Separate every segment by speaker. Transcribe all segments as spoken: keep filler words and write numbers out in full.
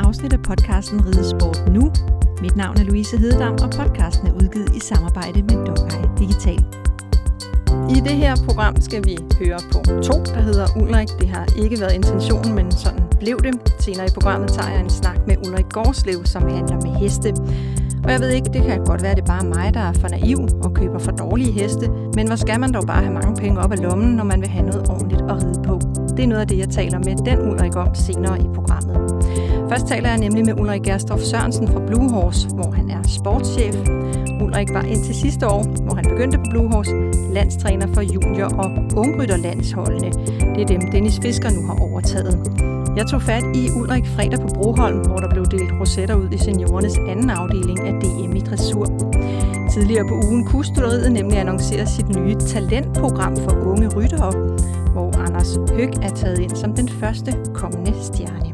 Speaker 1: afsnit af podcasten Ridesport Nu. Mit navn er Louise Hededam, og podcasten er udgivet i samarbejde med Dog-Eye Digital. I det her program skal vi høre på to, der hedder Ulrik. Det har ikke været intentionen, men sådan blev det. Senere i programmet tager jeg en snak med Ulrik Gårdslev, som handler med heste. Og jeg ved ikke, det kan godt være, det er bare mig, der er for naiv og køber for dårlige heste. Men hvor skal man dog bare have mange penge op af lommen, når man vil have noget ordentligt at ride på? Det er noget af det, jeg taler med den Ulrik om senere i programmet. Først taler jeg nemlig med Ulrik Gerstof Sørensen fra Blue Horse, hvor han er sportschef. Ulrik var indtil sidste år, hvor han begyndte på Blue Horse, landstræner for junior- og ungrytterlandsholdene. Det er dem, Dennis Fisker nu har overtaget. Jeg tog fat i Ulrik fredag på Broholm, hvor der blev delt rosetter ud i seniorernes anden afdeling af D M i dressur. Tidligere på ugen kunne stutteriet nemlig annoncere sit nye talentprogram for unge ryttere, hvor Anders Høg er taget ind som den første kommende stjerne.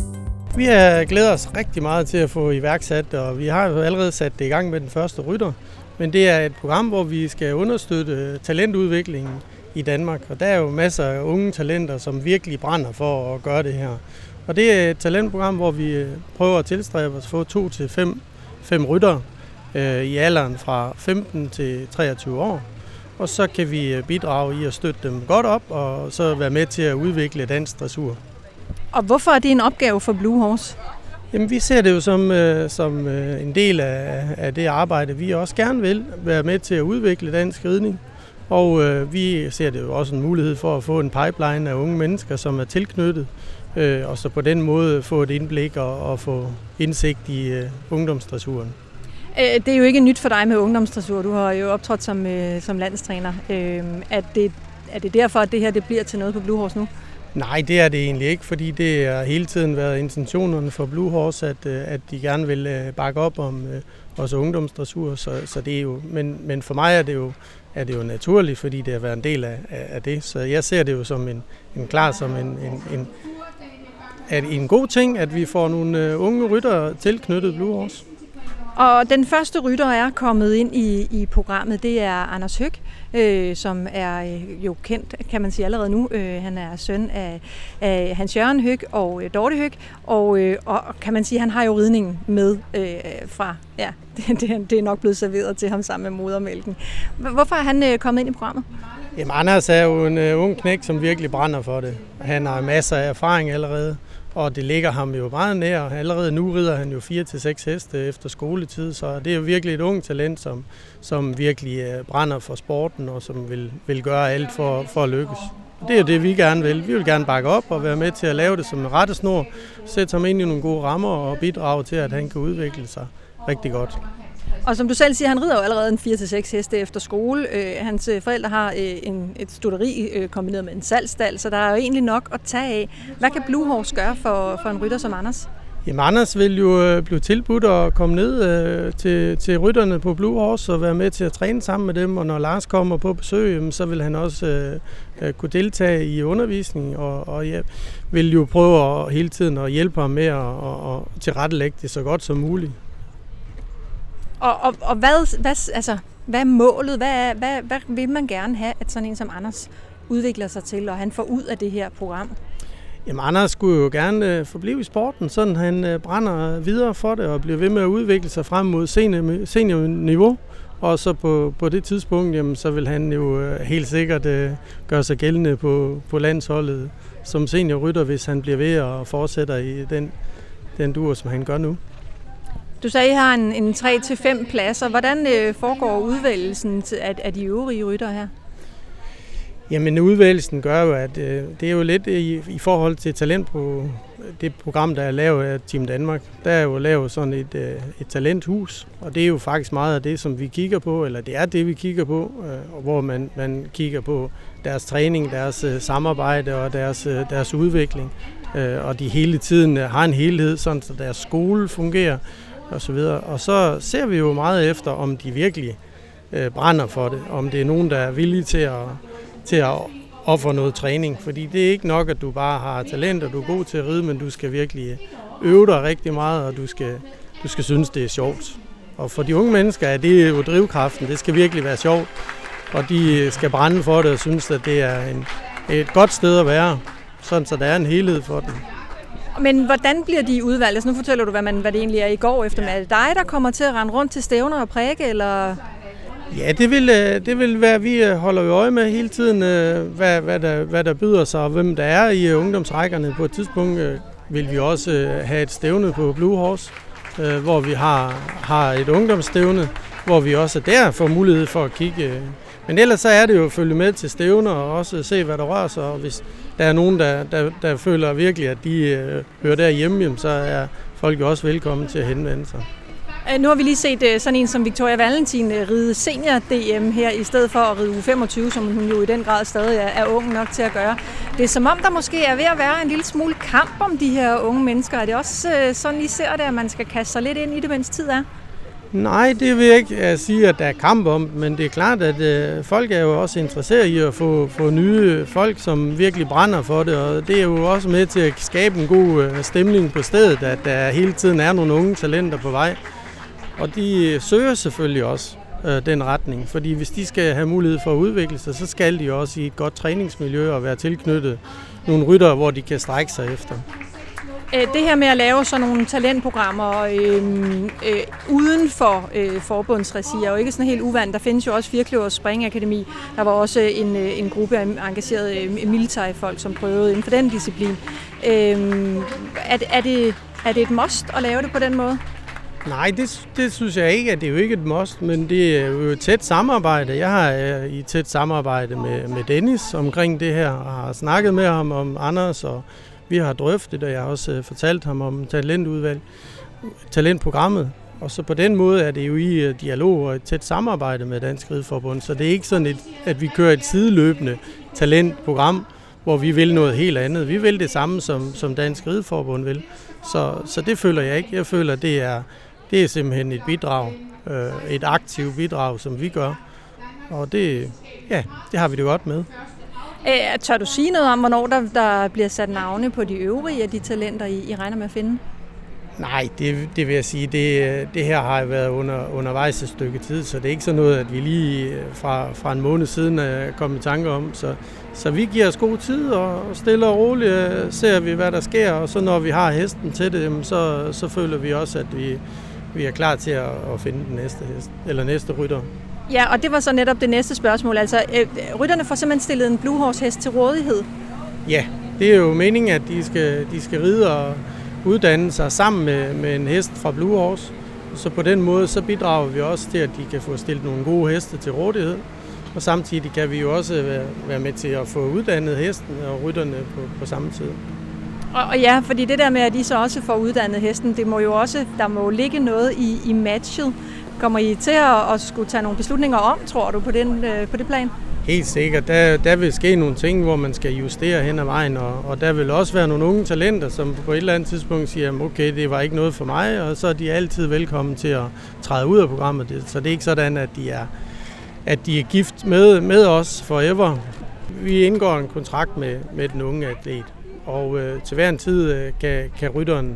Speaker 2: Vi har glædet os rigtig meget til at få iværksat, og vi har jo allerede sat det i gang med den første rytter. Men det er et program, hvor vi skal understøtte talentudviklingen i Danmark. Og der er jo masser af unge talenter, som virkelig brænder for at gøre det her. Og det er et talentprogram, hvor vi prøver at tilstræbe at få to til fem, fem ryttere øh, i alderen fra femten til treogtyve år. Og så kan vi bidrage i at støtte dem godt op, og så være med til at udvikle dansk dressur.
Speaker 1: Og hvorfor er det en opgave for Blue Horse?
Speaker 2: Jamen, vi ser det jo som, øh, som øh, en del af, af det arbejde, vi også gerne vil være med til at udvikle dansk ridning. Og øh, vi ser det jo også en mulighed for at få en pipeline af unge mennesker, som er tilknyttet, øh, og så på den måde få et indblik og, og få indsigt i øh, ungdomsdressuren.
Speaker 1: Det er jo ikke nyt for dig med ungdomsdressur. Du har jo optrådt som, øh, som landstræner. Øh, er, det, er det derfor, at det her det bliver til noget på Blue Horse nu?
Speaker 2: Nej, det er det egentlig ikke, fordi det har hele tiden været intentionerne for Blue Horse, at, at de gerne vil bakke op om også ungdomsdressur, så, så det er jo, men, men for mig er det jo, er det jo naturligt, fordi det har været en del af, af det, så jeg ser det jo som en, en klar som en, en, en, at en god ting, at vi får nogle unge ryttere tilknyttet Blue Horse.
Speaker 1: Og den første rytter er kommet ind i, i programmet, det er Anders Høg, øh, som er øh, jo kendt, kan man sige allerede nu. Øh, han er søn af, af Hans Jørgen Høg og øh, Dorte Høg, og, øh, og kan man sige, han har jo ridningen med øh, fra, ja, det, det, det er nok blevet serveret til ham sammen med modermælken. Hvorfor er han øh, kommet ind i programmet?
Speaker 2: Jamen, Anders er jo en uh, ung knægt, som virkelig brænder for det. Han har masser af erfaring allerede. Og det ligger ham jo meget nær. Allerede nu rider han jo fire til seks heste efter skoletid, så det er jo virkelig et ung talent, som, som virkelig brænder for sporten og som vil, vil gøre alt for, for at lykkes. Og det er jo det, vi gerne vil. Vi vil gerne bakke op og være med til at lave det som en rettesnor, sætte ham ind i nogle gode rammer og bidrage til, at han kan udvikle sig rigtig godt.
Speaker 1: Og som du selv siger, han rider jo allerede en fire til seks heste efter skole. Øh, hans forældre har øh, en, et stutteri øh, kombineret med en salgsstald, så der er jo egentlig nok at tage af. Hvad kan Blue Horse gøre for, for en rytter som Anders?
Speaker 2: Jamen, Anders vil jo øh, blive tilbudt at komme ned øh, til, til rytterne på Blue Horse og være med til at træne sammen med dem. Og når Lars kommer på besøg, så vil han også øh, kunne deltage i undervisning. Og, og jeg vil jo prøve at, hele tiden at hjælpe ham med at og, og tilrettelægge det så godt som muligt.
Speaker 1: Og, og, og hvad, hvad, altså, hvad er målet? Hvad, er, hvad, hvad vil man gerne have, at sådan en som Anders udvikler sig til, og han får ud af det her program?
Speaker 2: Jamen, Anders skulle jo gerne forblive i sporten, sådan han brænder videre for det og bliver ved med at udvikle sig frem mod senior, seniorniveau. Og så på, på det tidspunkt, jamen, så vil han jo helt sikkert uh, gøre sig gældende på, på landsholdet som seniorrytter, hvis han bliver ved og fortsætter i den, den dur, som han gør nu.
Speaker 1: Du sagde, at I har en, en tre til fem pladser. Hvordan øh, foregår udvælgelsen af, af de øvrige ryttere her?
Speaker 2: Jamen, udvælgelsen gør jo, at øh, det er jo lidt i, i forhold til talent på det program, der er lavet af Team Danmark. Der er jo lavet sådan et, øh, et talenthus, og det er jo faktisk meget af det, som vi kigger på, eller det er det, vi kigger på, øh, hvor man, man kigger på deres træning, deres øh, samarbejde og deres, øh, deres udvikling, øh, og de hele tiden har en helhed, sådan så deres skole fungerer. Og så videre. Og så ser vi jo meget efter, om de virkelig øh, brænder for det, om det er nogen, der er villige til at, til at ofre noget træning. Fordi det er ikke nok, at du bare har talent, og du er god til at ride, men du skal virkelig øve dig rigtig meget, og du skal, du skal synes, det er sjovt. Og for de unge mennesker er det jo drivkraften. Det skal virkelig være sjovt, og de skal brænde for det og synes, at det er en, et godt sted at være, sådan så der er en helhed for dem.
Speaker 1: Men hvordan bliver de udvalgt? Altså, nu fortæller du, hvad, man, hvad det egentlig er i går efter. Er det dig, der kommer til at rende rundt til stævner og prække, eller?
Speaker 2: Ja, det vil, det vil være, vi holder jo øje med hele tiden, hvad, hvad, der, hvad der byder sig, og hvem der er i ungdomsrækkerne. På et tidspunkt vil vi også have et stævne på Blue Horse, hvor vi har, har et ungdomsstævne, hvor vi også der får mulighed for at kigge. Men ellers så er det jo at følge med til stævner og også se, hvad der rører sig. Og hvis der er nogen, der, der, der føler virkelig, at de øh, hører derhjemme, så er folk jo også velkommen til at henvende sig.
Speaker 1: Nu har vi lige set sådan en som Victoria Valentin ride senior D M her, i stedet for at ride uge femogtyve, som hun jo i den grad stadig er, er ung nok til at gøre. Det er som om, der måske er ved at være en lille smule kamp om de her unge mennesker. Er det også sådan, I ser det, at man skal kaste sig lidt ind i det, mens tid er?
Speaker 2: Nej, det vil jeg ikke sige, at der er kamp om, men det er klart, at øh, folk er jo også interesseret i at få, få nye folk, som virkelig brænder for det, og det er jo også med til at skabe en god øh, stemning på stedet, at der hele tiden er nogle unge talenter på vej. Og de søger selvfølgelig også øh, den retning, fordi hvis de skal have mulighed for at udvikle sig, så skal de også i et godt træningsmiljø og være tilknyttet nogle ryttere, hvor de kan strække sig efter.
Speaker 1: Det her med at lave sådan nogle talentprogrammer øh, øh, uden for øh, forbundsregi er jo ikke sådan helt uvant. Der findes jo også Firkløvers Springakademi. Der var også en, en gruppe af engagerede øh, militærfolk, som prøvede inden for den disciplin. Øh, er, er, det, er det et must at lave det på den måde?
Speaker 2: Nej, det, det synes jeg ikke, at det er jo ikke et must, men det er jo et tæt samarbejde. Jeg har øh, i et tæt samarbejde med, med Dennis omkring det her, og har snakket med ham om Anders, og vi har drøftet, og jeg har også øh, fortalt ham om talentudvalg, talentprogrammet. Og så på den måde er det jo i uh, dialog og et tæt samarbejde med Dansk Rideforbund, så det er ikke sådan, et, at vi kører et sideløbende talentprogram, hvor vi vil noget helt andet. Vi vil det samme, som, som Dansk Rideforbund vil. Så, så det føler jeg ikke. Jeg føler, det er Det er simpelthen et bidrag, øh, et aktivt bidrag, som vi gør. Og det, ja, det har vi det godt med.
Speaker 1: Æ, tør du sige noget om, hvornår der, der bliver sat navne på de øvrige af de talenter, I, I regner med at finde?
Speaker 2: Nej, det, det vil jeg sige, det, det her har været under, undervejs et stykke tid, så det er ikke sådan noget, at vi lige fra, fra en måned siden er kommet i tanke om. Så, så vi giver os god tid, og stille og roligt ser vi, hvad der sker, og så når vi har hesten til det, så, så føler vi også, at vi Vi er klar til at, at finde den næste hest, eller næste rytter.
Speaker 1: Ja, og det var så netop det næste spørgsmål. Altså, øh, rytterne får simpelthen stillet en Blue Horse hest til rådighed?
Speaker 2: Ja, det er jo meningen, at de skal, de skal ride og uddanne sig sammen med, med en hest fra Blue Horse. Så på den måde, så bidrager vi også til, at de kan få stillet nogle gode heste til rådighed. Og samtidig kan vi jo også være, være med til at få uddannet hesten og rytterne på, på samme tid.
Speaker 1: Og, og ja, fordi det der med, at I så også får uddannet hesten, det må jo også, der må ligge noget i, i matchet. Kommer I til at, at skulle tage nogle beslutninger om, tror du, på, den, øh, på det plan?
Speaker 2: Helt sikkert. Der, der vil ske nogle ting, hvor man skal justere hen ad vejen, og, og der vil også være nogle unge talenter, som på et eller andet tidspunkt siger, okay, det var ikke noget for mig, og så er de altid velkommen til at træde ud af programmet. Så det er ikke sådan, at de er, at de er gift med, med os forever. Vi indgår en kontrakt med, med den unge atlet. Og øh, til hver en tid øh, kan, kan rytteren,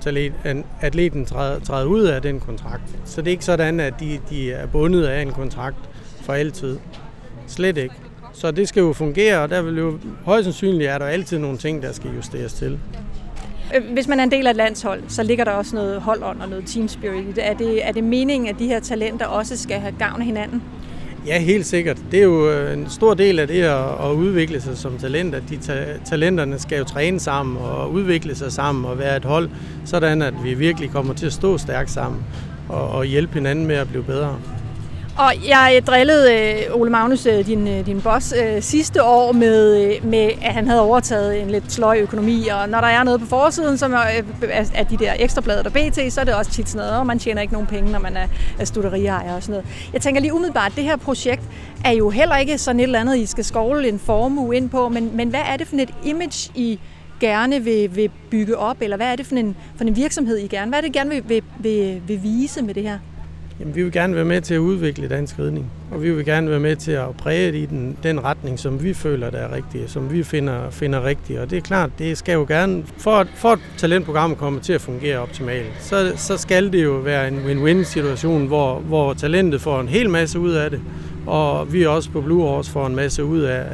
Speaker 2: atleten træde, træde ud af den kontrakt. Så det er ikke sådan, at de, de er bundet af en kontrakt for altid. Slet ikke. Så det skal jo fungere, og der vil jo højst sandsynligt er der altid nogle ting, der skal justeres til.
Speaker 1: Hvis man er en del af et landshold, så ligger der også noget holdånd og noget team spirit. Er det, er det meningen, at de her talenter også skal have gavn af hinanden?
Speaker 2: Ja, helt sikkert. Det er jo en stor del af det at udvikle sig som talenter. De ta- talenterne skal jo træne sammen og udvikle sig sammen og være et hold, sådan at vi virkelig kommer til at stå stærkt sammen og, og hjælpe hinanden med at blive bedre.
Speaker 1: Og jeg drillede Ole Magnus, din, din boss, sidste år med, med, at han havde overtaget en lidt sløj økonomi, og når der er noget på forsiden, som er de der ekstrabladet og B T, så er det også tit sådan noget, og man tjener ikke nogen penge, når man er studerier og sådan noget. Jeg tænker lige umiddelbart, at det her projekt er jo heller ikke sådan et eller andet, I skal skovle en formue ind på, men, men hvad er det for et image, I gerne vil, vil bygge op, eller hvad er det for en, for en virksomhed, I gerne, hvad er det, I gerne vil, vil, vil, vil vise med det her?
Speaker 2: Jamen, vi vil gerne være med til at udvikle dansk ridning, og vi vil gerne være med til at præge det i den, den retning, som vi føler, der er rigtig, som vi finder, finder rigtigt. Og det er klart, det skal jo gerne, for at, for at talentprogrammet kommer til at fungere optimalt, så, så skal det jo være en win-win-situation, hvor, hvor talentet får en hel masse ud af det, og vi også på Blue Horse får en masse ud af, at,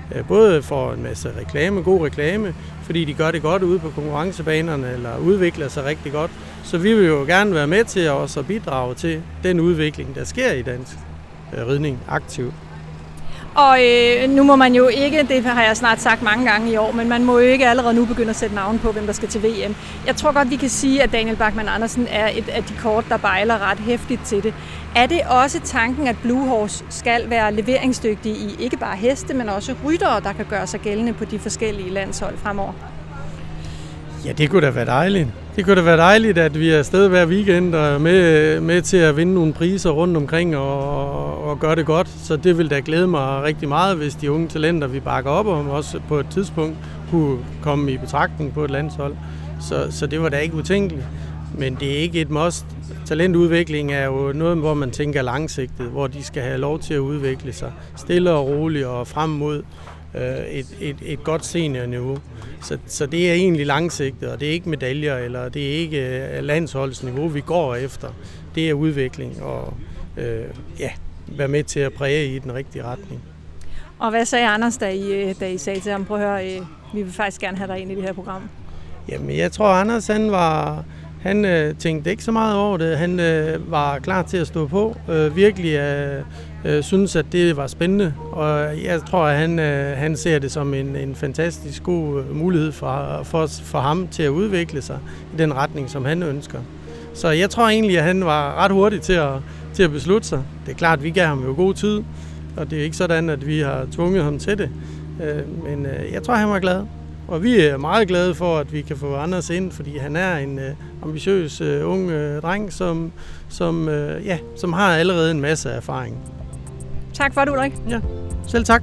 Speaker 2: både får en masse reklame, god reklame, fordi de gør det godt ude på konkurrencebanerne eller udvikler sig rigtig godt. Så vi vil jo gerne være med til at også bidrage til den udvikling, der sker i dansk ridning aktivt.
Speaker 1: Og øh, nu må man jo ikke, det har jeg snart sagt mange gange i år, men man må jo ikke allerede nu begynde at sætte navn på, hvem der skal til V M. Jeg tror godt, vi kan sige, at Daniel Bachmann Andersen er et af de kort, der bejler ret hæftigt til det. Er det også tanken, at Blue Horse skal være leveringsdygtig i ikke bare heste, men også ryttere, der kan gøre sig gældende på de forskellige landshold fremover?
Speaker 2: Ja, det kunne da være dejligt. Det kunne da være dejligt, at vi er afsted hver weekend og er med, med til at vinde nogle priser rundt omkring og, og gøre det godt. Så det vil da glæde mig rigtig meget, hvis de unge talenter, vi bakker op om, også på et tidspunkt kunne komme i betragtning på et landshold. Så, så det var da ikke utænkeligt. Men det er ikke et must. Talentudvikling er jo noget, hvor man tænker langsigtet, hvor de skal have lov til at udvikle sig stille og roligt og frem mod et, et, et godt seniorniveau. Så, så det er egentlig langsigtet, og det er ikke medaljer, eller det er ikke landsholdsniveau, vi går efter. Det er udvikling og øh, ja, være med til at præge i den rigtige retning.
Speaker 1: Og hvad sagde Anders, da I, da I sagde til ham, prøv at høre, vi vil faktisk gerne have dig ind i det her program?
Speaker 2: Jamen, jeg tror, Anders han var... Han øh, tænkte ikke så meget over det. Han øh, var klar til at stå på. Øh, virkelig øh, øh, synes, at det var spændende. Og jeg tror, at han, øh, han ser det som en, en fantastisk god mulighed for, for, for ham til at udvikle sig i den retning, som han ønsker. Så jeg tror egentlig, at han var ret hurtig til at, til at beslutte sig. Det er klart, at vi gav ham jo god tid, og det er ikke sådan, at vi har tvunget ham til det. Øh, men øh, jeg tror, han var glad. Og vi er meget glade for, at vi kan få Anders ind, fordi han er en øh, ambitiøs øh, ung øh, dreng, som, som, øh, ja, som har allerede en masse erfaring.
Speaker 1: Tak for det, Ulrik.
Speaker 2: Ja, selv tak.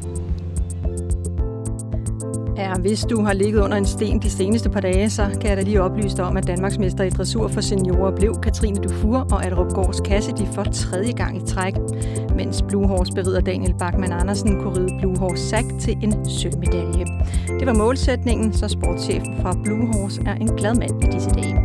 Speaker 1: Ja, hvis du har ligget under en sten de seneste par dage, så kan jeg da lige oplyse dig om, at Danmarksmester i dressur for seniorer blev Katrine Dufour og Adrupgaards Cassidy for tredje gang i træk, mens Blue Horse berider Daniel Bachmann Andersen kunne ride Blue Horse Sack til en sølvmedalje. Det var målsætningen, så sportschefen fra Blue Horse er en glad mand i disse dage.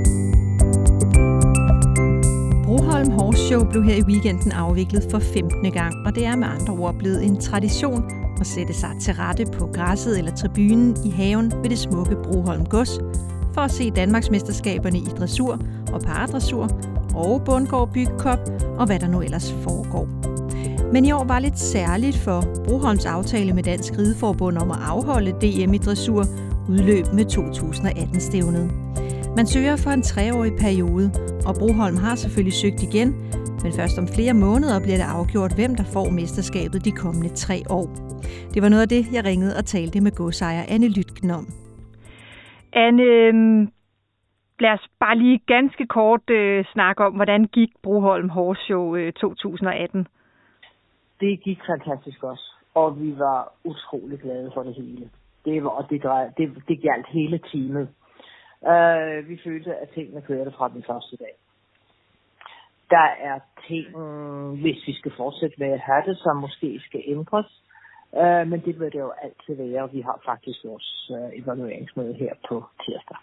Speaker 1: Broholm Horse Show blev her i weekenden afviklet for femtende gang, og det er med andre ord blevet en tradition at sætte sig til rette på græsset eller tribunen i haven ved det smukke Broholm Gods for at se Danmarksmesterskaberne i dressur og paradressur og Bundgaard Bygcup og hvad der nu ellers foregår. Men i år var lidt særligt for Broholms aftale med Dansk Rideforbund om at afholde D M i dressur udløb med to tusind atten-stævnet. Man søger for en treårig periode, og Broholm har selvfølgelig søgt igen, men først om flere måneder bliver det afgjort, hvem der får mesterskabet de kommende tre år. Det var noget af det, jeg ringede og talte med godsejer Anne Lytken om.
Speaker 3: Anne, lad os bare lige ganske kort øh, snakke om, hvordan gik Broholm Horse Show øh, to tusind atten?
Speaker 4: Det gik fantastisk også, og vi var utrolig glade for det hele. Det, var, og det, det, det gjaldt hele teamet. Uh, vi følte, at tingene kørte fra den første dag. Der er ting, hvis vi skal fortsætte med at have det, som måske skal ændres. Uh, men det vil det jo altid være, og vi har faktisk vores uh, evalueringsmøde her på tirsdag.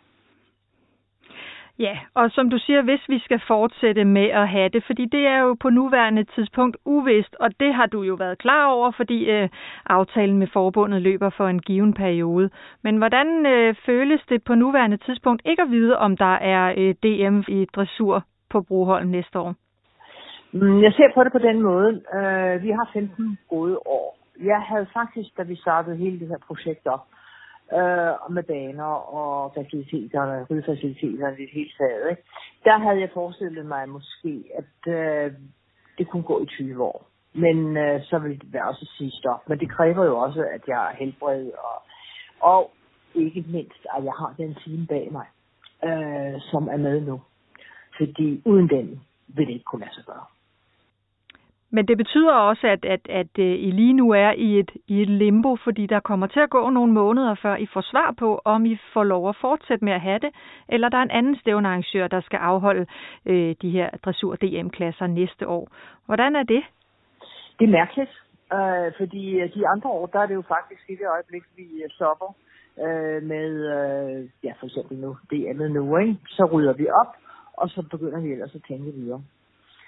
Speaker 3: Ja, og som du siger, hvis vi skal fortsætte med at have det, fordi det er jo på nuværende tidspunkt uvist, og det har du jo været klar over, fordi øh, aftalen med forbundet løber for en given periode. Men hvordan øh, føles det på nuværende tidspunkt ikke at vide, om der er øh, D M i dressur på Broholm næste år?
Speaker 4: Jeg ser på det på den måde. Uh, vi har femten gode år. Jeg havde faktisk, da vi startede hele det her projekt op, Øh, med baner og faciliteterne, rydefaciliteterne i det hele taget, ikke? Der havde jeg forestillet mig måske, at øh, det kunne gå i tyve år. Men øh, så ville det være også sige stop. Men det kræver jo også, at jeg er helbred, og, og ikke mindst, at jeg har den team bag mig, øh, som er med nu. Fordi uden den vil det ikke kunne lade sig gøre.
Speaker 3: Men det betyder også, at, at, at I lige nu er i et, i et limbo, fordi der kommer til at gå nogle måneder, før I får svar på, om I får lov at fortsætte med at have det, eller der er en anden stævnearrangør, der skal afholde øh, de her dressur-D M-klasser næste år. Hvordan er det?
Speaker 4: Det er mærkeligt, øh, fordi de andre år, der er det jo faktisk i det øjeblik, vi stopper øh, med, øh, ja for eksempel nu, D M'et nu, ikke? Så rydder vi op, og så begynder vi ellers at tænke videre.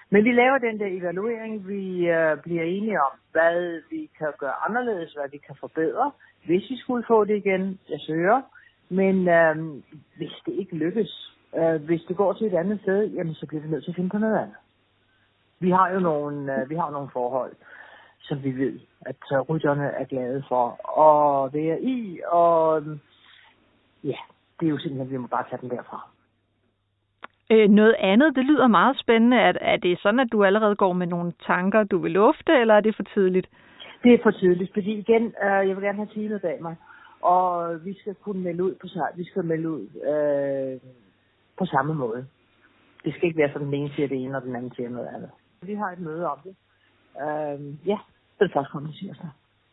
Speaker 4: Men vi laver den der evaluering, vi øh, bliver enige om, hvad vi kan gøre anderledes, hvad vi kan forbedre, hvis vi skulle få det igen, jeg søger. Men øh, hvis det ikke lykkes, øh, hvis det går til et andet sted, jamen så bliver vi nødt til at finde på noget andet. Vi har jo nogle, øh, vi har nogle forhold, som vi ved, at øh, rytterne er glade for at være i, og øh, ja, det er jo simpelthen, at vi må bare tage den derfra.
Speaker 3: Øh, noget andet, det lyder meget spændende. Er, er det sådan, at du allerede går med nogle tanker, du vil lufte, eller er det for tidligt?
Speaker 4: Det er for tidligt, fordi igen, øh, jeg vil gerne have teamet bag mig, og vi skal kunne melde ud på sig. Vi skal melde ud øh, på samme måde. Det skal ikke være sådan, den ene siger det ene, og den anden siger noget andet. Vi har et møde om det. Øh, ja, det er først kommet tirsdag.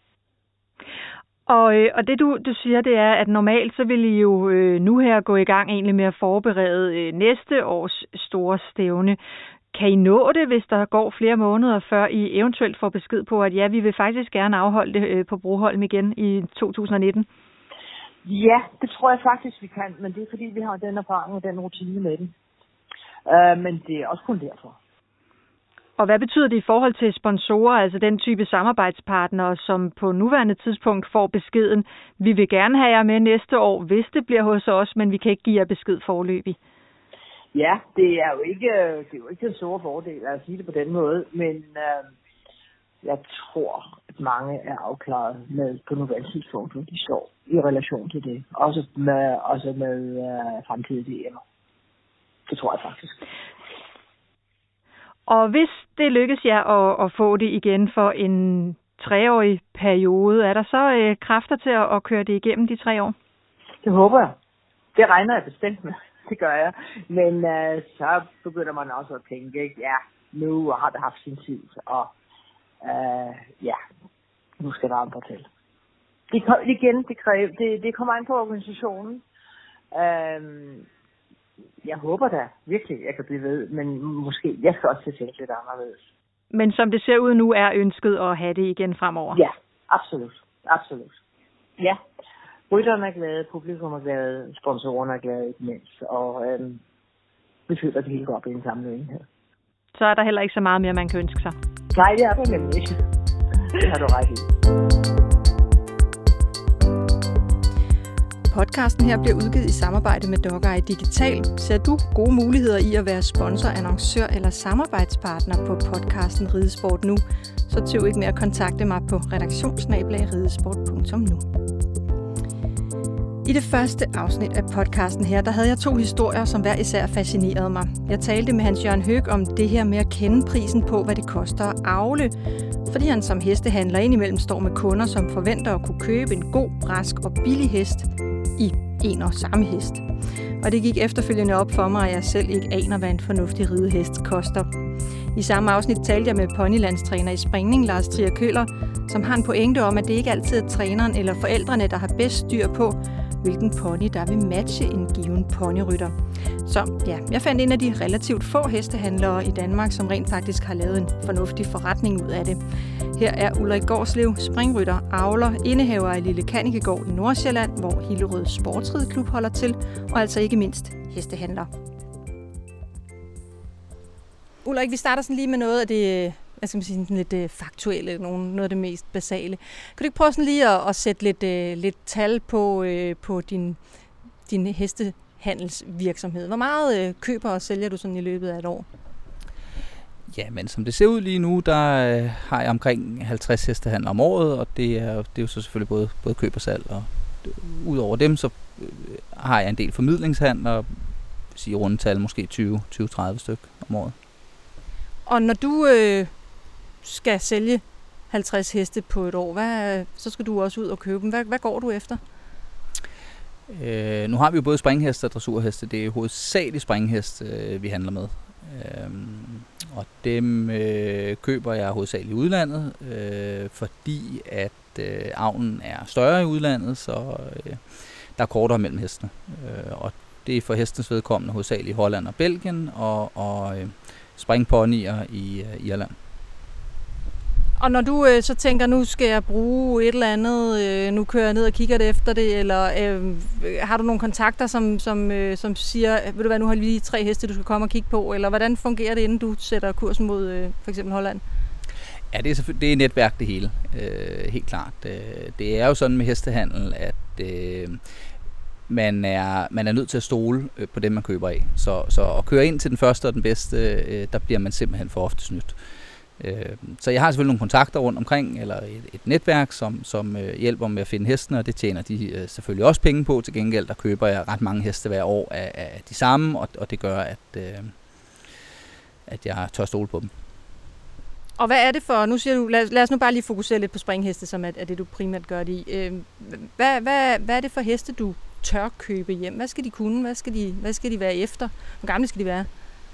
Speaker 3: Og, øh, og det du, du siger, det er, at normalt så vil I jo øh, nu her gå i gang egentlig med at forberede øh, næste års store stævne. Kan I nå det, hvis der går flere måneder, før I eventuelt får besked på, at ja, vi vil faktisk gerne afholde det øh, på Broholm igen i to tusind nitten?
Speaker 4: Ja, det tror jeg faktisk, vi kan, men det er fordi, vi har den erfaring og den rutine med den. Uh, men det er også kun derfor.
Speaker 3: Og hvad betyder det i forhold til sponsorer, altså den type samarbejdspartnere, som på nuværende tidspunkt får beskeden, vi vil gerne have jer med næste år, hvis det bliver hos os, men vi kan ikke give jer besked foreløbig?
Speaker 4: Ja, det er jo ikke, det er jo ikke den store fordel at sige det på den måde, men øh, jeg tror, at mange er afklaret med på nuværende tidspunkt, hvor de står i relation til det. Også med, også med øh, fremtidige emner. Det tror jeg faktisk.
Speaker 3: Og hvis det lykkes jer at, at få det igen for en treårig periode, er der så øh, kræfter til at, at køre det igennem de tre år?
Speaker 4: Det håber jeg. Det regner jeg bestemt med. Det gør jeg. Men øh, så begynder man også at tænke, ikke? Ja, nu har det haft sin tid, og øh, ja, nu skal der andre til. Det, igen, det, kræver, det, det kommer an på organisationen. Øh, Jeg håber da virkelig, jeg kan blive ved, men måske, jeg skal også til at tænke lidt anderledes.
Speaker 3: Men som det ser ud nu, er ønsket at have det igen fremover?
Speaker 4: Ja, absolut. Absolut. Ja, rytterne er glade, publikum er glade, sponsorerne er glade, ikke mindst, og øhm, vi føler det hele går op i en samlet enhed.
Speaker 3: Så er der heller ikke så meget mere, man kan ønske sig?
Speaker 4: Nej, det er der nemlig ikke. Det har du ret i.
Speaker 1: Podcasten her bliver udgivet i samarbejde med Dogeye Digital. Ser du gode muligheder i at være sponsor, annoncør eller samarbejdspartner på podcasten Ridesport Nu, så tøv ikke med at kontakte mig på redaktion bindestreg ridesport punktum nu. I det første afsnit af podcasten her, der havde jeg to historier, som hver især fascinerede mig. Jeg talte med Hans Jørgen Høeg om det her med at kende prisen på, hvad det koster at avle, fordi han som hestehandler indimellem står med kunder, som forventer at kunne købe en god, rask og billig hest i en og samme hest. Og det gik efterfølgende op for mig, at jeg selv ikke aner, hvad en fornuftig ridehest koster. I samme afsnit talte jeg med ponylandstræner i springning, Lars Trier Køller, som har en pointe om, at det ikke altid er træneren eller forældrene, der har bedst styr på, hvilken pony, der vil matche en given ponyrytter. Så ja, jeg fandt en af de relativt få hestehandlere i Danmark, som rent faktisk har lavet en fornuftig forretning ud af det. Her er Ulrik Gårdslev, springrytter, avler, indehaver af Lille Kannikegård i Nordsjælland, hvor Hillerød Sportsrideklub holder til, og altså ikke mindst hestehandler. Ulrik, vi starter sådan lige med noget af det, hvad skal man sige, sådan lidt faktuelle, noget af det mest basale. Kan du ikke prøve sådan lige at, at sætte lidt, uh, lidt tal på, uh, på din, din hestehandelsvirksomhed? Hvor meget uh, køber og sælger du sådan i løbet af et år?
Speaker 5: Ja, men som det ser ud lige nu, der uh, har jeg omkring halvtreds hestehandler om året, og det er, det er jo så selvfølgelig både, både køb og salg. Og udover dem, så uh, har jeg en del formidlingshandler, sige rundetal måske tyve til tredive styk om året. Og
Speaker 3: når du øh, skal sælge halvtreds heste på et år, hvad, så skal du også ud og købe dem. Hvad, hvad går du efter?
Speaker 5: Øh, nu har vi jo både springheste og dressurheste. Det er hovedsageligt springheste, øh, vi handler med. Øh, og dem øh, køber jeg hovedsageligt i udlandet, øh, fordi at øh, avlen er større i udlandet, så øh, der er kortere mellem hestene. Øh, og det er for hestens vedkommende hovedsageligt i Holland og Belgien, og, og øh, springponyer i uh, Irland.
Speaker 1: Og når du øh, så tænker, nu skal jeg bruge et eller andet, øh, nu kører jeg ned og kigger det efter det, eller øh, har du nogle kontakter, som, som, øh, som siger, ved du hvad, nu har jeg lige tre heste, du skal komme og kigge på, eller hvordan fungerer det, inden du sætter kursen mod øh, for eksempel Holland?
Speaker 5: Ja, det er, det er netværk det hele, øh, helt klart. Det er jo sådan med hestehandel, at øh, man, er, man er nødt til at stole på dem, man køber af. Så, så at køre ind til den første og den bedste, øh, der bliver man simpelthen for ofte snydt. Så jeg har selvfølgelig nogle kontakter rundt omkring, eller et, et netværk, som, som hjælper med at finde hestene, og det tjener de selvfølgelig også penge på. Til gengæld, der køber jeg ret mange heste hver år af, af de samme, og, og det gør, at, at jeg tør stole på dem.
Speaker 1: Og hvad er det for, nu siger du, lad, lad os nu bare lige fokusere lidt på springheste, som er, er det, du primært gør det i. Hvad, hvad, hvad er det for heste, du tør købe hjem? Hvad skal de kunne? Hvad skal de, hvad skal de være efter? Hvor gamle skal de være?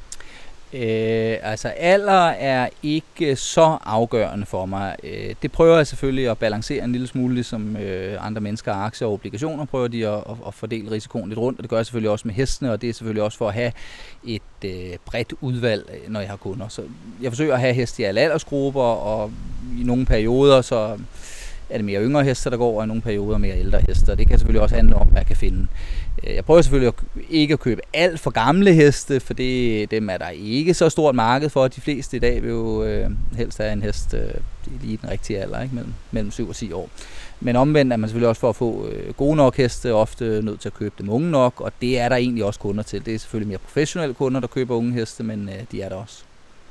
Speaker 5: Øh, altså alder er ikke så afgørende for mig. Øh, det prøver jeg selvfølgelig at balancere en lille smule, ligesom øh, andre mennesker har aktier og obligationer, prøver de at, at, at fordele risikoen lidt rundt, og det gør jeg selvfølgelig også med hestene, og det er selvfølgelig også for at have et øh, bredt udvalg, når jeg har kunder. Så jeg forsøger at have heste i alle aldersgrupper, og i nogle perioder så er det mere yngre heste, der går, og i nogle perioder mere ældre heste, og det kan selvfølgelig også handle om, hvad jeg kan finde. Jeg prøver selvfølgelig ikke at købe alt for gamle heste, for det, dem er der ikke så stort marked for. De fleste i dag vil jo øh, helst have en hest øh, lige i den rigtige alder, ikke? Mellem, mellem syv og ti år. Men omvendt er man selvfølgelig også for at få øh, gode nok heste ofte nødt til at købe dem unge nok, og det er der egentlig også kunder til. Det er selvfølgelig mere professionelle kunder, der køber unge heste, men øh, de er der også.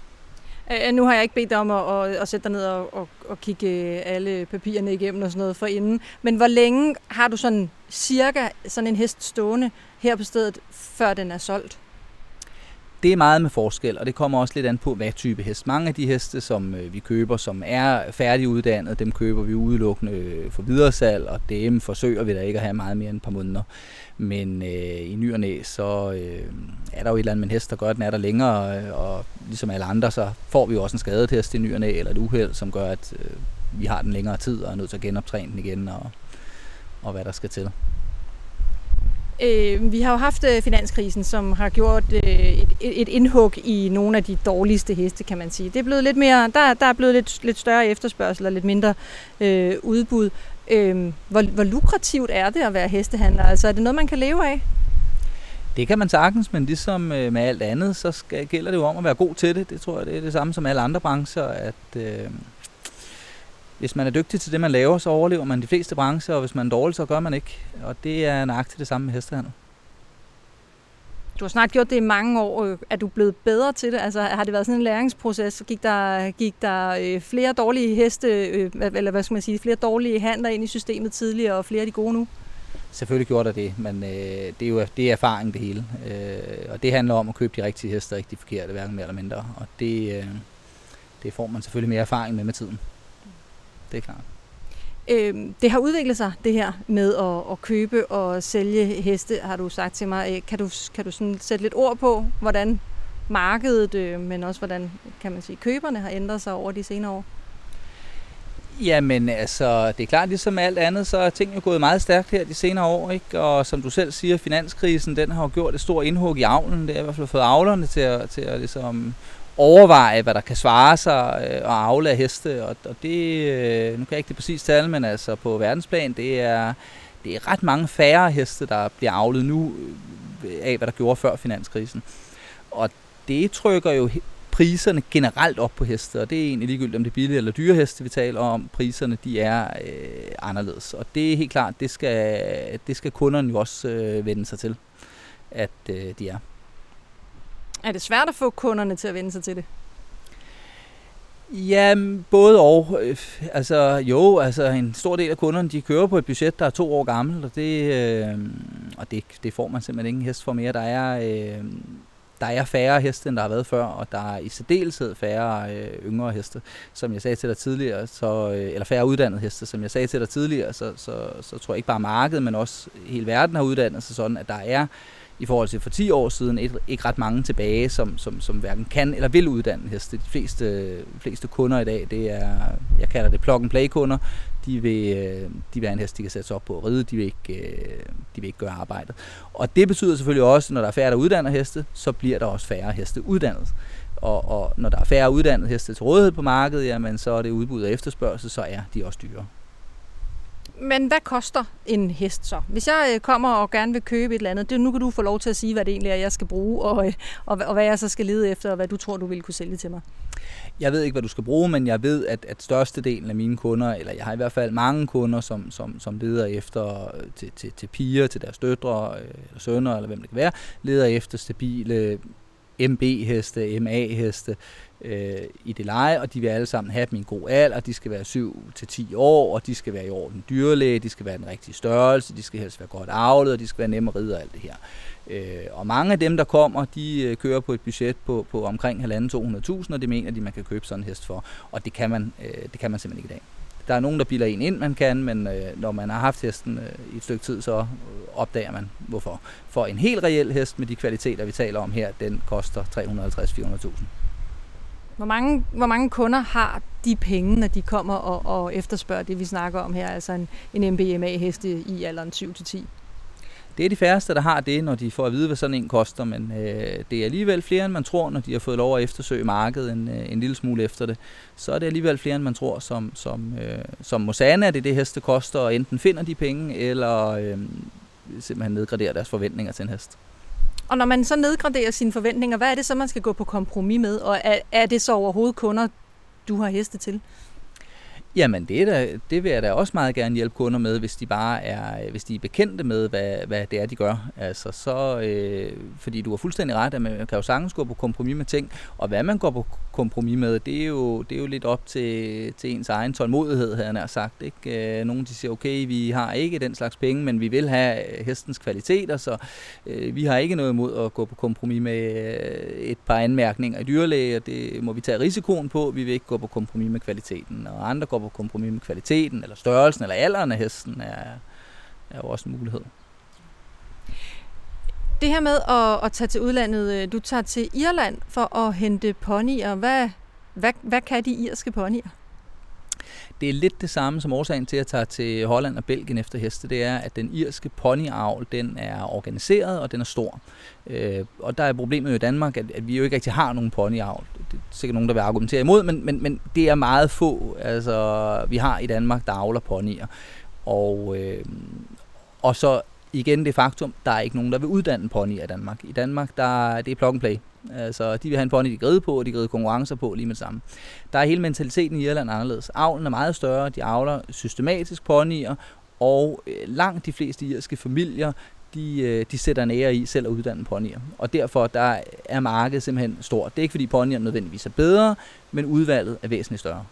Speaker 1: Nu har jeg ikke bedt dig om at, at, at sætte dig ned og, og, og kigge alle papirerne igennem og sådan noget for inden. Men hvor længe har du sådan cirka sådan en hest stående her på stedet, før den er solgt?
Speaker 5: Det er meget med forskel, og det kommer også lidt an på, hvad type hest. Mange af de heste, som vi køber, som er færdiguddannet, dem køber vi udelukkende for videresalg, og dem forsøger vi da ikke at have meget mere end et par måneder. Men øh, i ny og næ, så øh, er der jo et eller andet med en hest, der gør, at den er der længere, øh, og ligesom alle andre, så får vi jo også en skadet hest i ny og næ, eller et uheld, som gør, at øh, vi har den længere tid, og er nødt til at genoptræne den igen, og, og hvad der skal til.
Speaker 1: Øh, vi har jo haft øh, finanskrisen, som har gjort øh, et, et indhug i nogle af de dårligste heste, kan man sige. Det er blevet lidt mere, der, der er blevet lidt, lidt større efterspørgsel og lidt mindre øh, udbud. Øh, hvor, hvor lukrativt er det at være hestehandler? Altså er det noget, man kan leve af?
Speaker 5: Det kan man sagtens, men ligesom med alt andet, så skal, gælder det jo om at være god til det. Det tror jeg, det er det samme som alle andre brancher, at øh, hvis man er dygtig til det, man laver, så overlever man de fleste brancher, og hvis man er dårlig, så gør man ikke. Og det er nøjagtigt det samme med hestehandel.
Speaker 1: Du har snart gjort det i mange år. Er du blevet bedre til det? Altså har det været sådan en læringsproces? Gik der, gik der øh, flere dårlige heste, øh, eller hvad skal man sige, flere dårlige handler ind i systemet tidligere, og flere af de gode nu?
Speaker 5: Selvfølgelig gjorde der det, men øh, det er jo det er erfaring det hele. Øh, og det handler om at købe de rigtige heste og ikke de forkerte, hverken mere eller mindre. Og det, øh, det får man selvfølgelig mere erfaring med med tiden. Det er klart.
Speaker 1: Øh, det har udviklet sig, det her med at, at købe og sælge heste, har du sagt til mig. Kan du, kan du sådan sætte lidt ord på, hvordan markedet, øh, men også hvordan kan man sige, køberne har ændret sig over de senere år?
Speaker 5: Jamen altså, det er klart, ligesom alt andet, så er tingene gået meget stærkt her de senere år, ikke? Og som du selv siger, finanskrisen, den har jo gjort et stort indhug i avlen. Det har i hvert fald fået avlerne til at, til at ligesom overveje, hvad der kan svare sig øh, og avle af heste, og, og det, øh, nu kan jeg ikke det præcis tal, men altså på verdensplan, det er, det er ret mange færre heste, der bliver avlet nu øh, af, hvad der gjorde før finanskrisen. Og det trykker jo priserne generelt op på heste, og det er egentlig ligegyldigt, om det er billige eller dyre heste, vi taler om. Priserne, de er øh, anderledes, og det er helt klart, det skal, det skal kunderne jo også øh, vende sig til, at øh, de er.
Speaker 1: Er det svært at få kunderne til at vende sig til det?
Speaker 5: Ja, både og. Altså jo, altså en stor del af kunderne, de kører på et budget, der er to år gammelt, og det, øh, og det, det får man simpelthen ingen hest for mere. Der er, øh, der er færre heste, end der har været før, og der er i særdeleshed færre øh, yngre heste, som jeg sagde til dig tidligere, så, øh, eller færre uddannede heste, som jeg sagde til dig tidligere, så, så, så tror jeg ikke bare markedet, men også hele verden har uddannet sig sådan, at der er i forhold til for ti år siden ikke, ikke ret mange tilbage, som, som, som hverken kan eller vil uddanne heste. De fleste, fleste kunder i dag, det er, jeg kalder det plug-and-play-kunder, de vil, de vil have en hest, de kan sætte sig op på at ride, de vil, ikke, de vil ikke gøre arbejdet. Og det betyder selvfølgelig også, når der er færre, der uddanner heste, så bliver der også færre heste uddannet. og, og når der er færre uddannede heste til rådighed på markedet, jamen så er det udbud og efterspørgsel, så er de også dyre.
Speaker 1: Men hvad koster en hest så? Hvis jeg kommer og gerne vil købe et eller andet, det, nu kan du få lov til at sige, hvad det egentlig er, jeg skal bruge, og, og, og hvad jeg så skal lede efter, og hvad du tror, du ville kunne sælge til mig.
Speaker 5: Jeg ved ikke, hvad du skal bruge, men jeg ved, at, at størstedelen af mine kunder, eller jeg har i hvert fald mange kunder, som, som, som leder efter til, til, til piger, til deres døtre, eller sønner, eller hvem det kan være, leder efter stabile M B-heste, M A-heste øh, i det leje, og de vil alle sammen have dem i en god alder. De skal være syv til ti år, og de skal være i orden dyrlæge, de skal være den rigtige størrelse, de skal helst være godt avlet, og de skal være nemme at ride og alt det her. Øh, og mange af dem, der kommer, de øh, kører på et budget på, på omkring halvanden til to hundrede tusind, og det mener de, man kan købe sådan en hest for. Og det kan man, øh, det kan man simpelthen ikke i dag. Der er nogen, der bilder en ind, man kan, men øh, når man har haft hesten øh, i et stykke tid, så øh, opdager man, hvorfor. For en helt reel hest med de kvaliteter, vi taler om her, den koster tre hundrede og halvtreds til fire hundrede tusind.
Speaker 1: Hvor mange, hvor mange kunder har de penge, når de kommer og, og efterspørger det, vi snakker om her, altså en, en M B M A-heste i alderen syv til ti?
Speaker 5: Det er de færreste, der har det, når de får at vide, hvad sådan en koster, men øh, det er alligevel flere, end man tror, når de har fået lov at eftersøge markedet en, øh, en lille smule efter det. Så er det alligevel flere, end man tror, som, som, øh, som må sande, at det det heste koster, og enten finder de penge, eller øh, simpelthen nedgraderer deres forventninger til en hest.
Speaker 1: Og når man så nedgraderer sine forventninger, hvad er det så, man skal gå på kompromis med? Og er, er det så overhovedet kunder, du har heste til?
Speaker 5: Jamen, det, er da, det vil jeg da også meget gerne hjælpe kunder med, hvis de bare er, hvis de er bekendte med, hvad, hvad det er, de gør. Altså, så, øh, fordi du har fuldstændig ret, at man kan jo sagtens gå på kompromis med ting, og hvad man går på kompromis med, det er jo, det er jo lidt op til, til ens egen tålmodighed, havde jeg nær sagt. Ikke? Nogle de siger, okay, vi har ikke den slags penge, men vi vil have hestens kvaliteter, så øh, vi har ikke noget imod at gå på kompromis med et par anmærkninger i dyrlæge, og det må vi tage risikoen på. Vi vil ikke gå på kompromis med kvaliteten, og andre går på kompromis med kvaliteten, eller størrelsen, eller alderen af hesten, er, er jo også en mulighed.
Speaker 1: Det her med at, at tage til udlandet, du tager til Irland for at hente ponyer. Hvad, hvad, hvad kan de irske ponyer?
Speaker 5: Det er lidt det samme som årsagen til at tage til Holland og Belgien efter heste. Det er, at den irske ponyavl, den er organiseret, og den er stor. Øh, og der er problemet jo i Danmark, at, at vi jo ikke rigtig har nogen ponyavl. Det er sikkert nogen, der vil argumentere imod, men, men, men det er meget få, altså, vi har i Danmark, der avler ponyer. Og, øh, og så igen det faktum, der er ikke nogen, der vil uddanne ponyer i Danmark. I Danmark, der, det er plug and play. Altså, de vil have en pony, de kan ride på, og de kan ride konkurrencer på lige med det samme. Der er hele mentaliteten i Irland anderledes. Avlen er meget større, de avler systematisk ponyer, og langt de fleste irske familier, de, de sætter en ære i selv at uddanne ponyer. Og derfor der er markedet simpelthen stort. Det er ikke fordi ponyerne nødvendigvis er bedre, men udvalget er væsentligt større.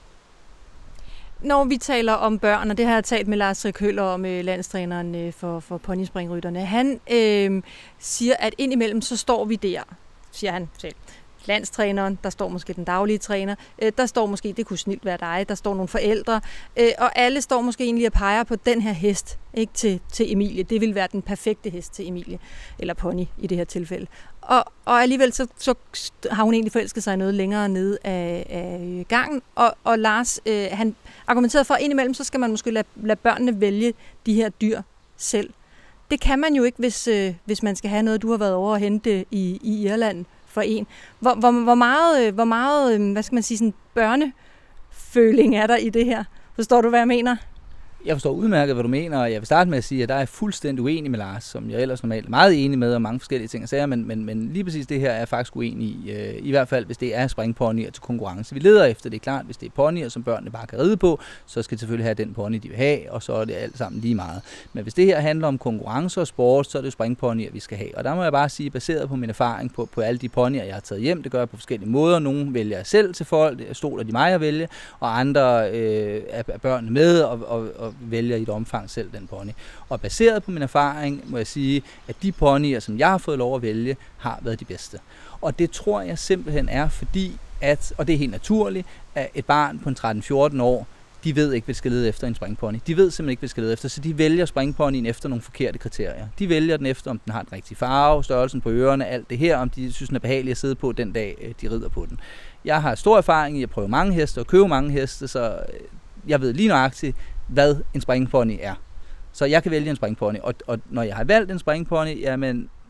Speaker 1: Når vi taler om børn, og det har jeg talt med Lars Køller og med landstræneren for, for ponyspringrytterne, han øh, siger, at indimellem så står vi der, siger han selv. Landstræneren, der står måske den daglige træner, øh, der står måske, det kunne snilt være dig, der står nogle forældre, øh, og alle står måske egentlig og peger på den her hest, ikke til, til Emilie. Det vil være den perfekte hest til Emilie, eller pony i det her tilfælde. Og, og alligevel så, så har hun egentlig forelsket sig noget længere nede af, af gangen, og, og Lars, øh, han argumenterede for, at indimellem så skal man måske lade, lade børnene vælge de her dyr selv. Det kan man jo ikke, hvis, øh, hvis man skal have noget, du har været over at hente i, i Irland for en. Hvor, hvor, hvor meget, hvor meget, hvad skal man sige, sådan børneføling er der i det her? Forstår du, hvad jeg mener?
Speaker 5: Jeg forstår udmærket, hvad du mener, og jeg vil starte med at sige, at der er fuldstændig uenig med Lars, som jeg ellers normalt er meget enig med om mange forskellige ting og sager, men, men, men lige præcis det her er jeg faktisk uenig i, øh, i hvert fald hvis det er springponyer til konkurrence. Vi leder efter, det er klart, hvis det er ponyer, som børnene bare kan ride på, så skal de selvfølgelig have den pony, de vil have, og så er det alt sammen lige meget. Men hvis det her handler om konkurrence og sport, så er det springponyer, vi skal have. Og der må jeg bare sige, baseret på min erfaring på, på alle de ponyer, jeg har taget hjem, det gør jeg på forskellige måder. Nogle vælger jeg selv til folk, stoler de mig at vælge, og andre øh, er børnene med og, og, og vælger i et omfang selv den pony. Og baseret på min erfaring, må jeg sige, at de ponyer, som jeg har fået lov at vælge, har været de bedste. Og det tror jeg simpelthen er fordi, at, og det er helt naturligt, at et barn på en tretten fjorten år, de ved ikke, hvad de skal lede efter en springpony. De ved simpelthen ikke, hvad de skal lede efter, så de vælger springponyen efter nogle forkerte kriterier. De vælger den efter, om den har den rigtige farve, størrelsen på ørerne, alt det her, om de synes, den er behagelig at sidde på den dag, de rider på den. Jeg har stor erfaring i at prøve mange heste og købe mange heste, så jeg ved lige nøjagtigt, hvad en springpony er. Så jeg kan vælge en springpony, og, og når jeg har valgt en springpony, jamen,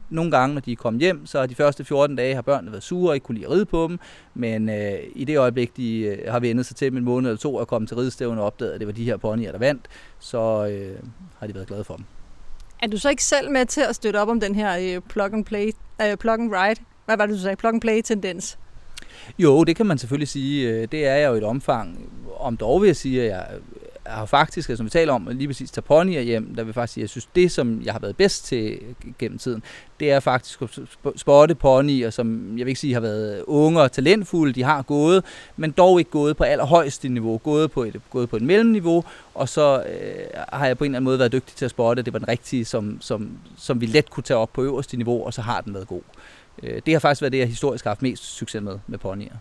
Speaker 5: nogle gange, når de er kommet hjem, så de første fjorten dage har børnene været sure og ikke kunne lide at ride på dem, men øh, i det øjeblik, de øh, har vendt sig til med en måned eller to og kommet til ridestævnen og opdaget, at det var de her ponyer, der vandt, så øh, har de været glade for dem.
Speaker 1: Er du så ikke selv med til at støtte op om den her øh, plug and play, øh, plug and ride, hvad var det, du sagde, plug and play tendens?
Speaker 5: Jo, det kan man selvfølgelig sige. Det er jeg jo et omfang. Om dog vil jeg sige, at jeg har faktisk, som vi taler om, lige præcis tage ponyer hjem, der vil faktisk sige, at jeg synes, det som jeg har været bedst til gennem tiden, det er faktisk at spotte ponyer, som jeg vil ikke sige har været unge og talentfulde, de har gået, men dog ikke gået på allerhøjeste niveau, gået på et, gået på et mellemniveau, og så øh, har jeg på en eller anden måde været dygtig til at spotte, det var den rigtige, som, som, som vi let kunne tage op på øverste niveau, og så har den været god. Det har faktisk været det, jeg historisk har haft mest succes med, med ponyer.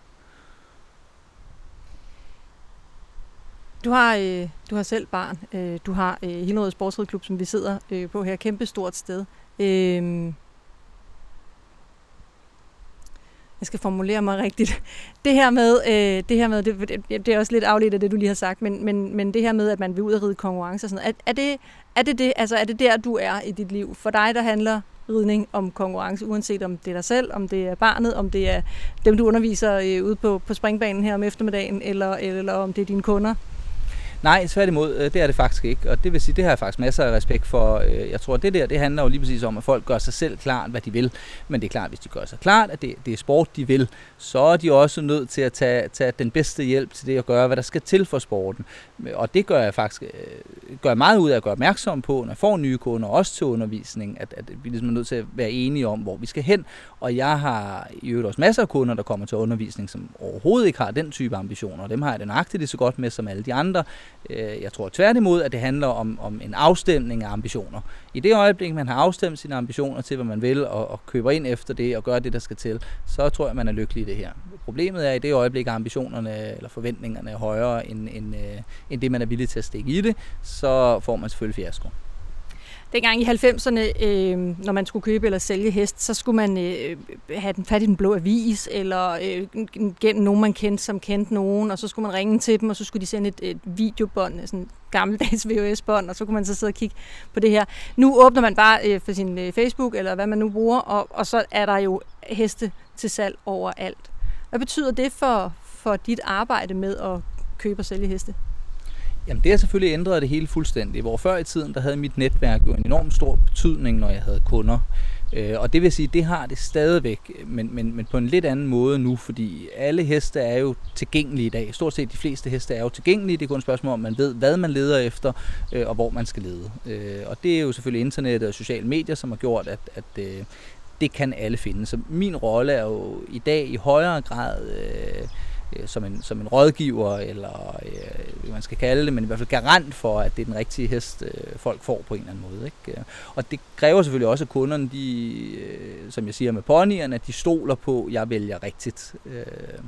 Speaker 1: Du har, øh, du har selv barn. Øh, du har øh, Hillerød Sportsridklub, som vi sidder øh, på her. Kæmpestort sted. Øh, jeg skal formulere mig rigtigt. Det her med, øh, det, her med det, det er også lidt afledt af det, du lige har sagt, men, men, men det her med, at man vil ud og ride konkurrencer og sådan noget, er, er, det, er, det det, altså, er det der, du er i dit liv? For dig, der handler ridning om konkurrence, uanset om det er dig selv, om det er barnet, om det er dem, du underviser øh, ude på, på springbanen her om eftermiddagen, eller, eller om det er dine kunder?
Speaker 5: Nej, tværtimod, det er det faktisk ikke, og det vil sige, det har jeg faktisk masser af respekt for. Jeg tror, det der, det handler jo lige præcis om, at folk gør sig selv klart, hvad de vil, men det er klart, hvis de gør sig klart, at det, det er sport, de vil, så er de også nødt til at tage, tage den bedste hjælp til det at gøre, hvad der skal til for sporten. Og det gør jeg faktisk gør jeg meget ud af at gøre opmærksom på, når jeg får nye kunder, også til undervisning, at, at vi ligesom er nødt til at være enige om, hvor vi skal hen. Og jeg har i øvrigt også masser af kunder, der kommer til undervisning, som overhovedet ikke har den type ambitioner, og dem har jeg det nøjagtigt lige så godt med som alle de andre. Jeg tror tværtimod, at det handler om, om en afstemning af ambitioner. I det øjeblik, man har afstemt sine ambitioner til, hvad man vil, og, og køber ind efter det, og gør det, der skal til, så tror jeg, man er lykkelig i det her. Problemet er, at i det øjeblik, at ambitionerne eller forventningerne er højere, end, end, end det, man er villig til at stikke i det, så får man selvfølgelig fiasko.
Speaker 1: Dengang i halvfemserne, øh, når man skulle købe eller sælge hest, så skulle man øh, have den fat i den blå avis, eller øh, gennem nogen, man kendte, som kendte nogen, og så skulle man ringe til dem, og så skulle de sende et, et videobånd, sådan et gammeldags V H S-bånd, og så kunne man så sidde og kigge på det her. Nu åbner man bare øh, for sin øh, Facebook, eller hvad man nu bruger, og, og så er der jo heste til salg overalt. Hvad betyder det for, for dit arbejde med at købe og sælge heste?
Speaker 5: Jamen det har selvfølgelig ændret det hele fuldstændig. Hvor før i tiden, der havde mit netværk jo en enormt stor betydning, når jeg havde kunder. Øh, og det vil sige, det har det stadigvæk, men, men, men på en lidt anden måde nu, fordi alle heste er jo tilgængelige i dag. Stort set de fleste heste er jo tilgængelige. Det er kun et spørgsmål om, man ved, hvad man leder efter, øh, og hvor man skal lede. Øh, og det er jo selvfølgelig internettet og sociale medier, som har gjort, at, at øh, det kan alle finde. Så min rolle er jo i dag i højere grad øh, som en, som en rådgiver, eller øh, hvad man skal kalde det, men i hvert fald garant for, at det er den rigtige hest, øh, folk får på en eller anden måde. Ikke? Og det kræver selvfølgelig også, at kunderne, de, øh, som jeg siger med ponyerne, at de stoler på, at jeg vælger rigtigt. Øh,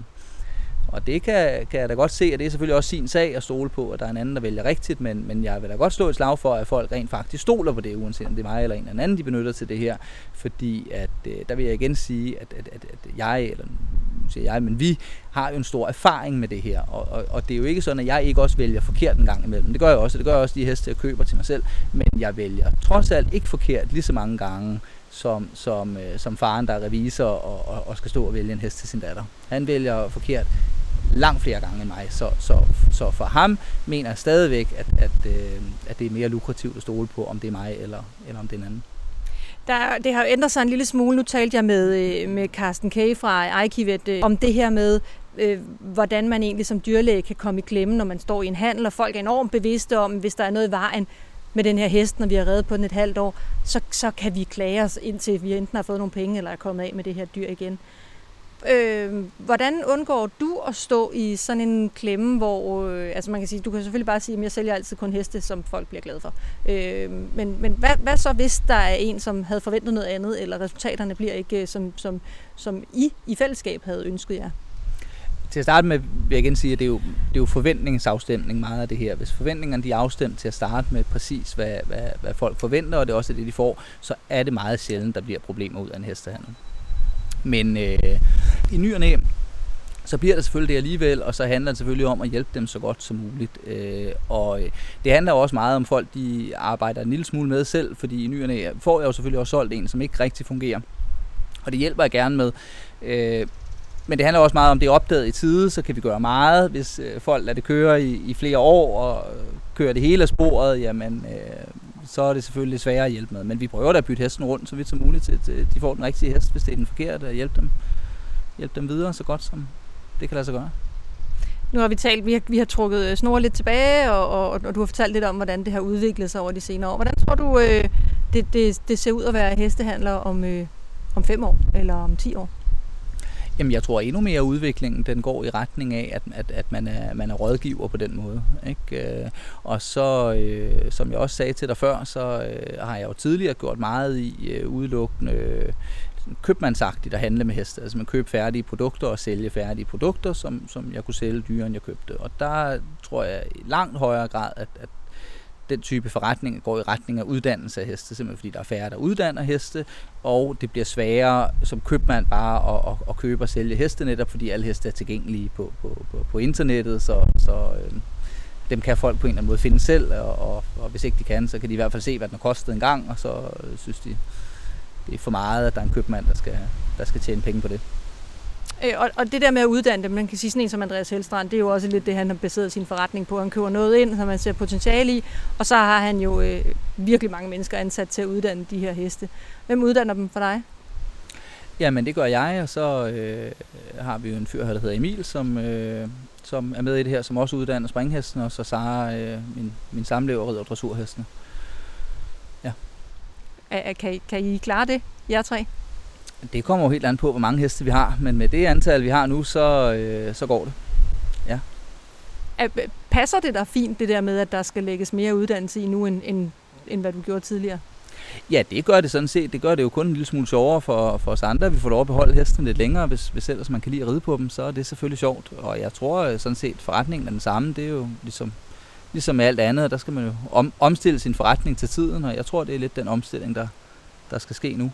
Speaker 5: og det kan, kan jeg da godt se, at det er selvfølgelig også sin sag at stole på, at der er en anden, der vælger rigtigt, men, men jeg vil da godt slå et slag for, at folk rent faktisk stoler på det, uanset om det er mig eller en eller anden, de benytter til det her. Fordi at, øh, der vil jeg igen sige, at, at, at, at jeg, eller siger jeg, men vi har jo en stor erfaring med det her, og, og, og det er jo ikke sådan, at jeg ikke også vælger forkert en gang imellem. Det gør jeg også, det gør jeg også de heste, jeg køber til mig selv, men jeg vælger trods alt ikke forkert lige så mange gange, som, som, øh, som faren, der er revisor og, og, og skal stå og vælge en hest til sin datter. Han vælger forkert langt flere gange end mig, så, så, så for ham mener jeg stadigvæk, at, at, øh, at det er mere lukrativt at stole på, om det er mig eller, eller om det er en anden.
Speaker 1: Der, det har jo ændret sig en lille smule. Nu talte jeg med, med Carsten Kage fra Eikivet om det her med, øh, hvordan man egentlig som dyrlæge kan komme i klemme, når man står i en handel, og folk er enormt bevidste om, hvis der er noget i vejen med den her hest, når vi har reddet på den et halvt år, så, så kan vi klage os, indtil vi enten har fået nogle penge, eller er kommet af med det her dyr igen. Øh, hvordan undgår du at stå i sådan en klemme, hvor, øh, altså man kan sige, du kan selvfølgelig bare sige, at jeg sælger altid kun heste, som folk bliver glade for. Øh, men men hvad, hvad så, hvis der er en, som havde forventet noget andet, eller resultaterne bliver ikke, som, som, som I i fællesskab havde ønsket jer?
Speaker 5: Til at starte med vil jeg igen sige, at det er jo, det er jo forventningsafstemning meget af det her. Hvis forventningerne de er afstemt til at starte med præcis, hvad, hvad, hvad folk forventer, og det er også det, de får, så er det meget sjældent, der bliver problemer ud af en hestehandel. Men øh, i ny og næ, så bliver det selvfølgelig det alligevel, og så handler det selvfølgelig om at hjælpe dem så godt som muligt. Øh, og det handler også meget om folk, de arbejder en lille smule med selv, fordi i ny og næ får jeg jo selvfølgelig også solgt en, som ikke rigtig fungerer. Og det hjælper jeg gerne med. Øh, men det handler også meget om, det er opdaget i tide, så kan vi gøre meget. Hvis øh, folk lader det køre i, i flere år, og kører det hele af sporet, jamen, øh, så er det selvfølgelig sværere at hjælpe med. Men vi prøver da at bytte hesten rundt så vidt som muligt, til, til de får den rigtige hest, hvis det er den forkerte, og hjælpe dem, hjælpe dem videre så godt som det kan lade sig gøre.
Speaker 1: Nu har vi talt, vi har, vi har trukket snore lidt tilbage, og, og, og du har fortalt lidt om, hvordan det har udviklet sig over de senere år. Hvordan tror du, øh, det, det, det ser ud at være hestehandler om, øh, om fem år eller om ti år?
Speaker 5: Jamen, jeg tror endnu mere udviklingen, den går i retning af, at, at, at man, er, man er rådgiver på den måde. Ikke? Og så, øh, som jeg også sagde til dig før, så øh, har jeg jo tidligere gjort meget i øh, udelukkende øh, købmandsagtigt at handle med heste. Altså man køber færdige produkter og sælge færdige produkter, som, som jeg kunne sælge dyrere, end jeg købte. Og der tror jeg i langt højere grad, at, at den type forretning går i retning af uddannelse af heste, simpelthen fordi der er færre, der uddanner heste, og det bliver sværere som købmand bare at, at, at købe og sælge heste, netop fordi alle heste er tilgængelige på, på, på, på internettet, så, så øh, dem kan folk på en eller anden måde finde selv, og, og, og hvis ikke de kan, så kan de i hvert fald se, hvad den har kostet en gang, og så øh, synes de, det er for meget, at der er en købmand, der skal, der skal tjene penge på det.
Speaker 1: Og, og det der med at uddanne dem, man kan sige sådan en som Andreas Helstrand, det er jo også lidt det, han har baseret sin forretning på. Han køber noget ind, som man ser potentiale i, og så har han jo øh, virkelig mange mennesker ansat til at uddanne de her heste. Hvem uddanner dem for dig?
Speaker 5: Jamen det gør jeg, og så øh, har vi jo en fyr her, der hedder Emil, som, øh, som er med i det her, som også uddanner springhesten, og så Sara, øh, min, min samlever, rider dressurhestene. Ja.
Speaker 1: Kan I, kan I klare det, jer tre?
Speaker 5: Det kommer jo helt an på, hvor mange heste vi har, men med det antal, vi har nu, så, øh, så går det. Ja.
Speaker 1: Passer det der fint, det der med, at der skal lægges mere uddannelse i nu, end, end, end hvad du gjorde tidligere?
Speaker 5: Ja, det gør det sådan set. Det gør det jo kun en lille smule sjovere for, for os andre. Vi får lov at beholde hesten lidt længere, hvis, hvis ellers man kan lide at ride på dem, så er det selvfølgelig sjovt. Og jeg tror sådan set, forretningen er den samme. Det er jo ligesom, ligesom med alt andet, der skal man jo om, omstille sin forretning til tiden, og jeg tror, det er lidt den omstilling, der, der skal ske nu.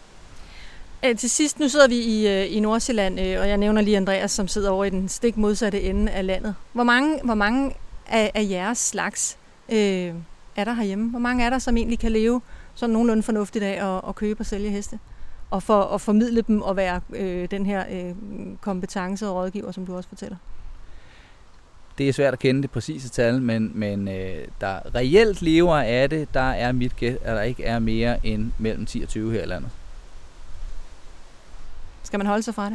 Speaker 1: Til sidst, nu sidder vi i, i Nordsjælland, og jeg nævner lige Andreas, som sidder over i den stik modsatte ende af landet. Hvor mange, hvor mange af, af jeres slags øh, er der herhjemme? Hvor mange er der, som egentlig kan leve sådan nogenlunde fornuftigt af at, at købe og sælge heste? Og for at formidle dem og være øh, den her øh, kompetence og rådgiver, som du også fortæller?
Speaker 5: Det er svært at kende det præcise tal, men, men øh, der reelt lever af det, der er mit gæt, at der ikke er mere end mellem ti og tyve her i landet.
Speaker 1: Skal man holde sig fra det?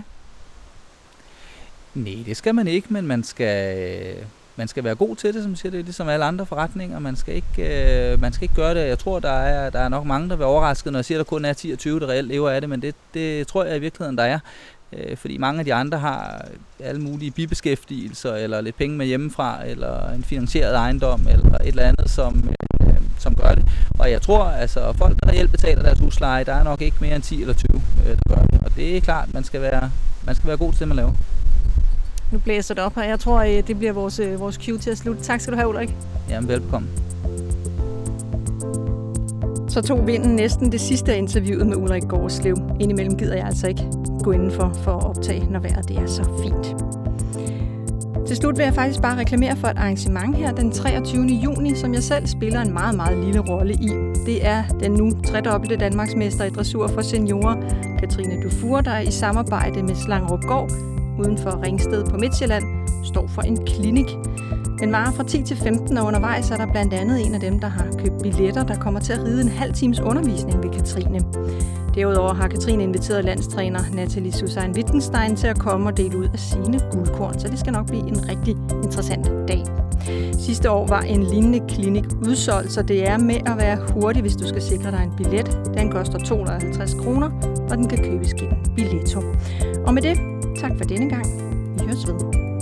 Speaker 5: Nej, det skal man ikke, men man skal, man skal være god til det, som siger det, ligesom alle andre forretninger. Man skal ikke, øh, man skal ikke gøre det. Jeg tror, der er, der er nok mange, der vil overrasket, når jeg siger, at der kun er ti og tyve, der reelt lever af det, men det, det tror jeg i virkeligheden, der er. Øh, fordi mange af de andre har alle mulige bibeskæftigelser, eller lidt penge med hjemmefra, eller en finansieret ejendom, eller et eller andet, som, øh, som gør det. Og jeg tror, altså folk, der reelt betaler deres husleje, der er nok ikke mere end ti eller tyve, øh, der gør det. Og det er klart, man skal være, man skal være god til det, man laver.
Speaker 1: Nu blæser det op her. Jeg tror, det bliver vores, vores cue til at slutte. Tak skal du have, Ulrik.
Speaker 5: Jamen, velbekomme.
Speaker 1: Så tog vinden næsten det sidste af interviewet med Ulrik Gårdslev. Indimellem gider jeg altså ikke gå indenfor for at optage, når vejret det er så fint. Til slut vil jeg faktisk bare reklamere for et arrangement her den treogtyvende juni, som jeg selv spiller en meget, meget lille rolle i. Det er den nu tredobbelte Danmarksmester i dressur for seniorer, Katrine Dufour, der i samarbejde med Slangerupgård uden for Ringsted på Midtsjælland står for en klinik. Den varer fra ti til femten, og undervejs er der blandt andet en af dem, der har købt billetter, der kommer til at ride en halv times undervisning ved Katrine. Derudover har Katrine inviteret landstræner Nathalie Susanne Wittgenstein til at komme og dele ud af sine guldkorn, så det skal nok blive en rigtig interessant dag. Sidste år var en lignende klinik udsolgt, så det er med at være hurtig, hvis du skal sikre dig en billet. Den koster to hundrede og halvtreds kroner, og den kan købes gennem Billetto. Og med det, tak for denne gang. Vi høres ved.